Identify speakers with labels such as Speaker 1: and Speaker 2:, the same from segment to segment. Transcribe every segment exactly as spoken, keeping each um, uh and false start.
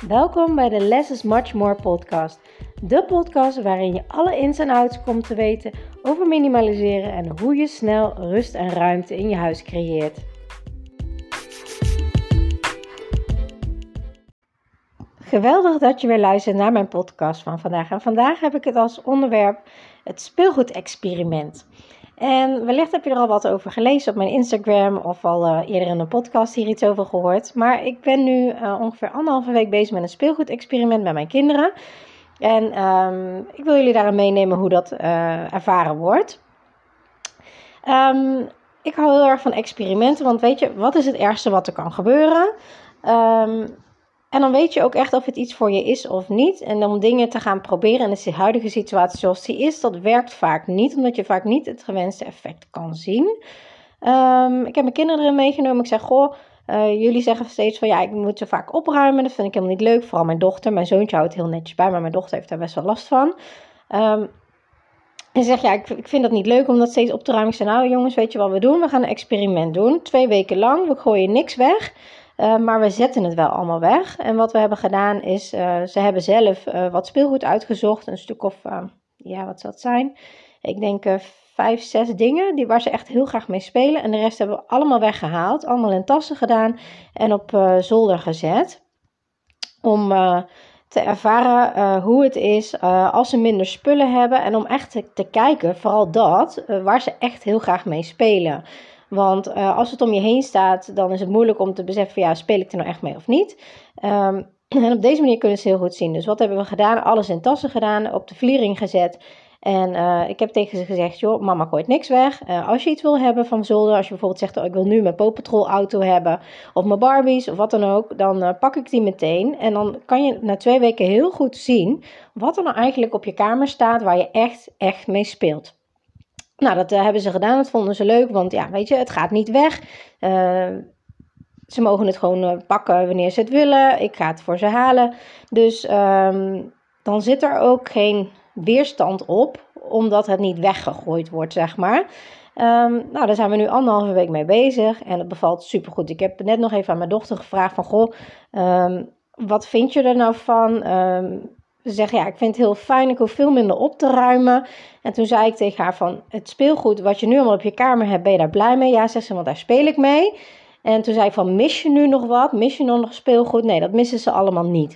Speaker 1: Welkom bij de Less is Much More podcast. De podcast waarin je alle ins en outs komt te weten over minimaliseren en hoe je snel rust en ruimte in je huis creëert. Geweldig dat je weer luistert naar mijn podcast van vandaag. En vandaag heb ik het als onderwerp het speelgoed-experiment. En wellicht heb je er al wat over gelezen op mijn Instagram of al uh, eerder in een podcast hier iets over gehoord. Maar ik ben nu uh, ongeveer anderhalve week bezig met een speelgoed-experiment met mijn kinderen. En um, ik wil jullie daarin meenemen hoe dat uh, ervaren wordt. Um, ik hou heel erg van experimenten, want weet je, wat is het ergste wat er kan gebeuren? Um, En dan weet je ook echt of het iets voor je is of niet. En om dingen te gaan proberen in de huidige situatie zoals die is, dat werkt vaak niet. Omdat je vaak niet het gewenste effect kan zien. Um, ik heb mijn kinderen erin meegenomen. Ik zeg, goh, uh, jullie zeggen steeds van ja, ik moet ze vaak opruimen. Dat vind ik helemaal niet leuk. Vooral mijn dochter. Mijn zoontje houdt heel netjes bij, maar mijn dochter heeft daar best wel last van. Um, en zeg ja, ik, ik vind dat niet leuk om dat steeds op te ruimen. Ik zeg, nou jongens, weet je wat we doen? We gaan een experiment doen. Twee weken lang. We gooien niks weg. Uh, maar we zetten het wel allemaal weg. En wat we hebben gedaan is, uh, ze hebben zelf uh, wat speelgoed uitgezocht. Een stuk of, uh, ja wat zal het zijn? Ik denk uh, vijf, zes dingen die, waar ze echt heel graag mee spelen. En de rest hebben we allemaal weggehaald. Allemaal in tassen gedaan en op uh, zolder gezet. Om uh, te ervaren uh, hoe het is uh, als ze minder spullen hebben. En om echt te, te kijken, vooral dat, uh, waar ze echt heel graag mee spelen. Want uh, als het om je heen staat, dan is het moeilijk om te beseffen, ja, speel ik er nou echt mee of niet? Um, en op deze manier kunnen ze heel goed zien. Dus wat hebben we gedaan? Alles in tassen gedaan, op de vliering gezet. En uh, ik heb tegen ze gezegd, joh, mama gooit niks weg. Uh, als je iets wil hebben van zolder, als je bijvoorbeeld zegt, oh, ik wil nu mijn Paw Patrol auto hebben, of mijn Barbies, of wat dan ook, dan uh, pak ik die meteen. En dan kan je na twee weken heel goed zien wat er nou eigenlijk op je kamer staat, waar je echt, echt mee speelt. Nou, dat uh, hebben ze gedaan. Dat vonden ze leuk, want ja, weet je, het gaat niet weg. Uh, ze mogen het gewoon uh, pakken wanneer ze het willen. Ik ga het voor ze halen. Dus um, dan zit er ook geen weerstand op, omdat het niet weggegooid wordt, zeg maar. Um, nou, daar zijn we nu anderhalve week mee bezig en het bevalt supergoed. Ik heb net nog even aan mijn dochter gevraagd van, goh, um, wat vind je er nou van? Um, Ze zeggen, ja, ik vind het heel fijn, ik hoef veel minder op te ruimen. En toen zei ik tegen haar van, het speelgoed wat je nu allemaal op je kamer hebt, ben je daar blij mee? Ja, zegt ze, want daar speel ik mee. En toen zei ik van, mis je nu nog wat? Mis je nog speelgoed? Nee, dat missen ze allemaal niet.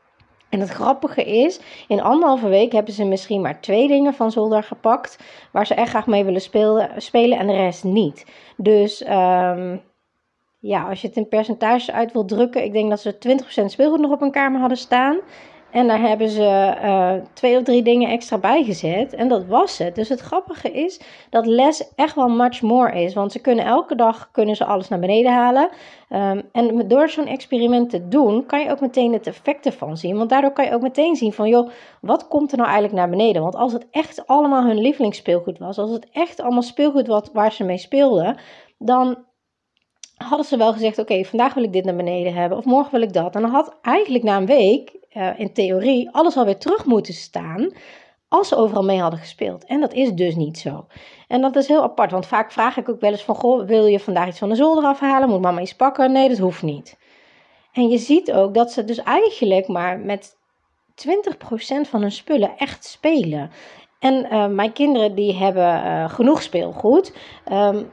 Speaker 1: En het grappige is, in anderhalve week hebben ze misschien maar twee dingen van zolder gepakt, waar ze echt graag mee willen spelen, spelen en de rest niet. Dus um, ja, als je het in percentages uit wil drukken, ik denk dat ze twintig procent speelgoed nog op hun kamer hadden staan. En daar hebben ze uh, twee of drie dingen extra bij gezet. En dat was het. Dus het grappige is dat les echt wel much more is. Want ze kunnen elke dag kunnen ze alles naar beneden halen. Um, en door zo'n experiment te doen, kan je ook meteen het effect ervan zien. Want daardoor kan je ook meteen zien van, joh, wat komt er nou eigenlijk naar beneden? Want als het echt allemaal hun lievelingsspeelgoed was, als het echt allemaal speelgoed was waar ze mee speelden, dan hadden ze wel gezegd, oké, okay, vandaag wil ik dit naar beneden hebben of morgen wil ik dat. En dan had eigenlijk na een week, uh, in theorie, alles alweer terug moeten staan als ze overal mee hadden gespeeld. En dat is dus niet zo. En dat is heel apart, want vaak vraag ik ook wel eens van, goh, wil je vandaag iets van de zolder afhalen? Moet mama iets pakken? Nee, dat hoeft niet. En je ziet ook dat ze dus eigenlijk maar met twintig procent van hun spullen echt spelen. En uh, mijn kinderen die hebben uh, genoeg speelgoed. Um,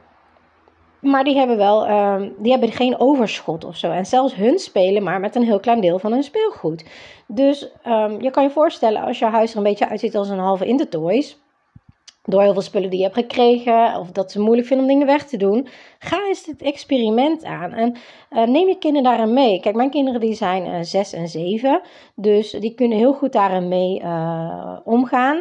Speaker 1: Maar die hebben wel, um, die hebben geen overschot of zo. En zelfs hun spelen maar met een heel klein deel van hun speelgoed. Dus um, je kan je voorstellen, als je huis er een beetje uitziet als een halve Intertoys, door heel veel spullen die je hebt gekregen, of dat ze moeilijk vinden om dingen weg te doen, ga eens dit experiment aan. En uh, neem je kinderen daarin mee. Kijk, mijn kinderen die zijn uh, zes en zeven, dus die kunnen heel goed daarin mee uh, omgaan.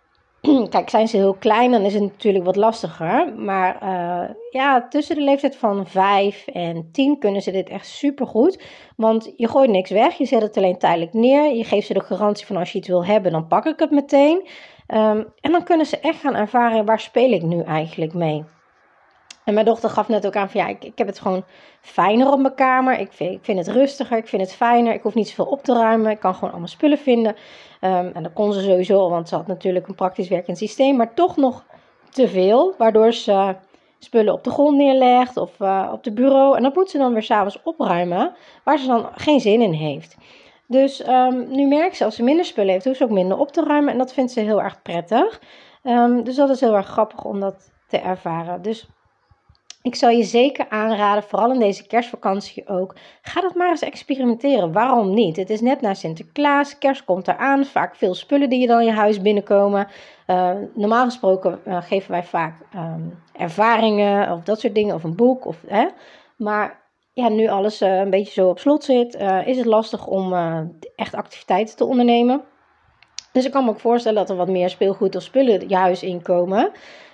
Speaker 1: Kijk, zijn ze heel klein, dan is het natuurlijk wat lastiger. Maar uh, ja, tussen de leeftijd van vijf en tien kunnen ze dit echt supergoed. Want je gooit niks weg, je zet het alleen tijdelijk neer. Je geeft ze de garantie van als je iets wil hebben, dan pak ik het meteen. Um, en dan kunnen ze echt gaan ervaren, waar speel ik nu eigenlijk mee? En mijn dochter gaf net ook aan van ja, ik, ik heb het gewoon fijner op mijn kamer. Ik vind, ik vind het rustiger, ik vind het fijner. Ik hoef niet zoveel op te ruimen. Ik kan gewoon allemaal spullen vinden. Um, en dat kon ze sowieso, want ze had natuurlijk een praktisch werkend systeem. Maar toch nog te veel, waardoor ze spullen op de grond neerlegt of uh, op de bureau. En dat moet ze dan weer 's avonds opruimen, waar ze dan geen zin in heeft. Dus um, nu merk ze, als ze minder spullen heeft, hoeft ze ook minder op te ruimen. En dat vindt ze heel erg prettig. Um, dus dat is heel erg grappig om dat te ervaren. Dus ik zou je zeker aanraden, vooral in deze kerstvakantie ook, ga dat maar eens experimenteren. Waarom niet? Het is net na Sinterklaas, kerst komt eraan, vaak veel spullen die je dan in je huis binnenkomen. Uh, normaal gesproken uh, geven wij vaak um, ervaringen of dat soort dingen, of een boek. Of, hè? Maar ja, nu alles uh, een beetje zo op slot zit, uh, is het lastig om uh, echt activiteiten te ondernemen. Dus ik kan me ook voorstellen dat er wat meer speelgoed of spullen je huis inkomen.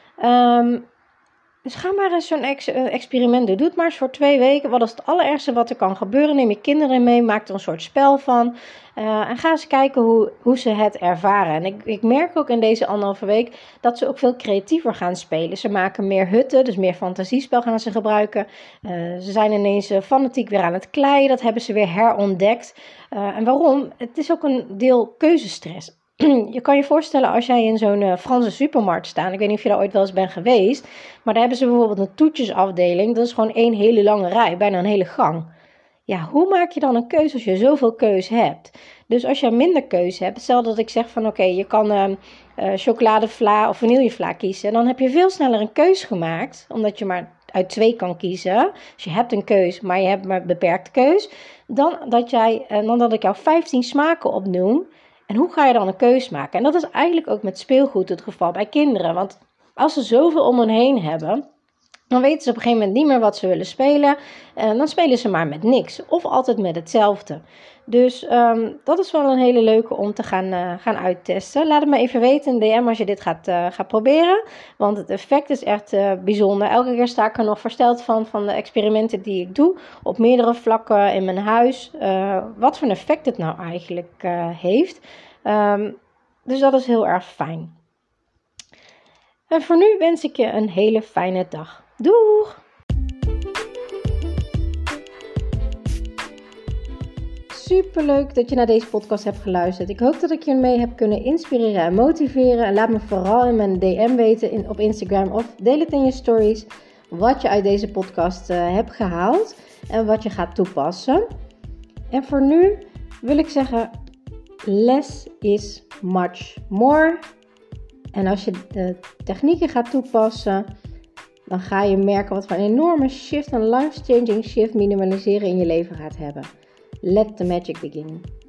Speaker 1: Um, Dus ga maar eens zo'n ex- experiment doen. Doe het maar eens voor twee weken. Wat is het allerergste wat er kan gebeuren? Neem je kinderen mee, maak er een soort spel van. Uh, en ga eens kijken hoe, hoe ze het ervaren. En ik, ik merk ook in deze anderhalve week dat ze ook veel creatiever gaan spelen. Ze maken meer hutten, dus meer fantasiespel gaan ze gebruiken. Uh, ze zijn ineens uh, fanatiek weer aan het kleien. Dat hebben ze weer herontdekt. Uh, en waarom? Het is ook een deel keuzestress. Je kan je voorstellen als jij in zo'n uh, Franse supermarkt staat. Ik weet niet of je daar ooit wel eens bent geweest. Maar daar hebben ze bijvoorbeeld een toetjesafdeling. Dat is gewoon één hele lange rij. Bijna een hele gang. Ja, hoe maak je dan een keuze als je zoveel keus hebt? Dus als je minder keuze hebt. Stel dat ik zeg van oké, okay, je kan uh, uh, chocoladevla of vanillevla kiezen. Dan heb je veel sneller een keus gemaakt. Omdat je maar uit twee kan kiezen. Dus je hebt een keus, maar je hebt maar beperkte keus. Dan dat, jij, uh, dan dat ik jou vijftien smaken opnoem. En hoe ga je dan een keus maken? En dat is eigenlijk ook met speelgoed het geval bij kinderen. Want als ze zoveel om hen heen hebben, dan weten ze op een gegeven moment niet meer wat ze willen spelen. En dan spelen ze maar met niks. Of altijd met hetzelfde. Dus um, dat is wel een hele leuke om te gaan, uh, gaan uittesten. Laat het me even weten in D M als je dit gaat, uh, gaat proberen. Want het effect is echt uh, bijzonder. Elke keer sta ik er nog versteld van, van de experimenten die ik doe. Op meerdere vlakken in mijn huis. Uh, wat voor een effect het nou eigenlijk uh, heeft. Um, dus dat is heel erg fijn. En voor nu wens ik je een hele fijne dag. Doeg! Superleuk dat je naar deze podcast hebt geluisterd. Ik hoop dat ik je mee heb kunnen inspireren en motiveren. En laat me vooral in mijn D M weten in, op Instagram of deel het in je stories wat je uit deze podcast uh, hebt gehaald en wat je gaat toepassen. En voor nu wil ik zeggen, less is much more. En als je de technieken gaat toepassen, dan ga je merken wat voor een enorme shift, een life-changing shift minimaliseren in je leven gaat hebben. Let the magic begin.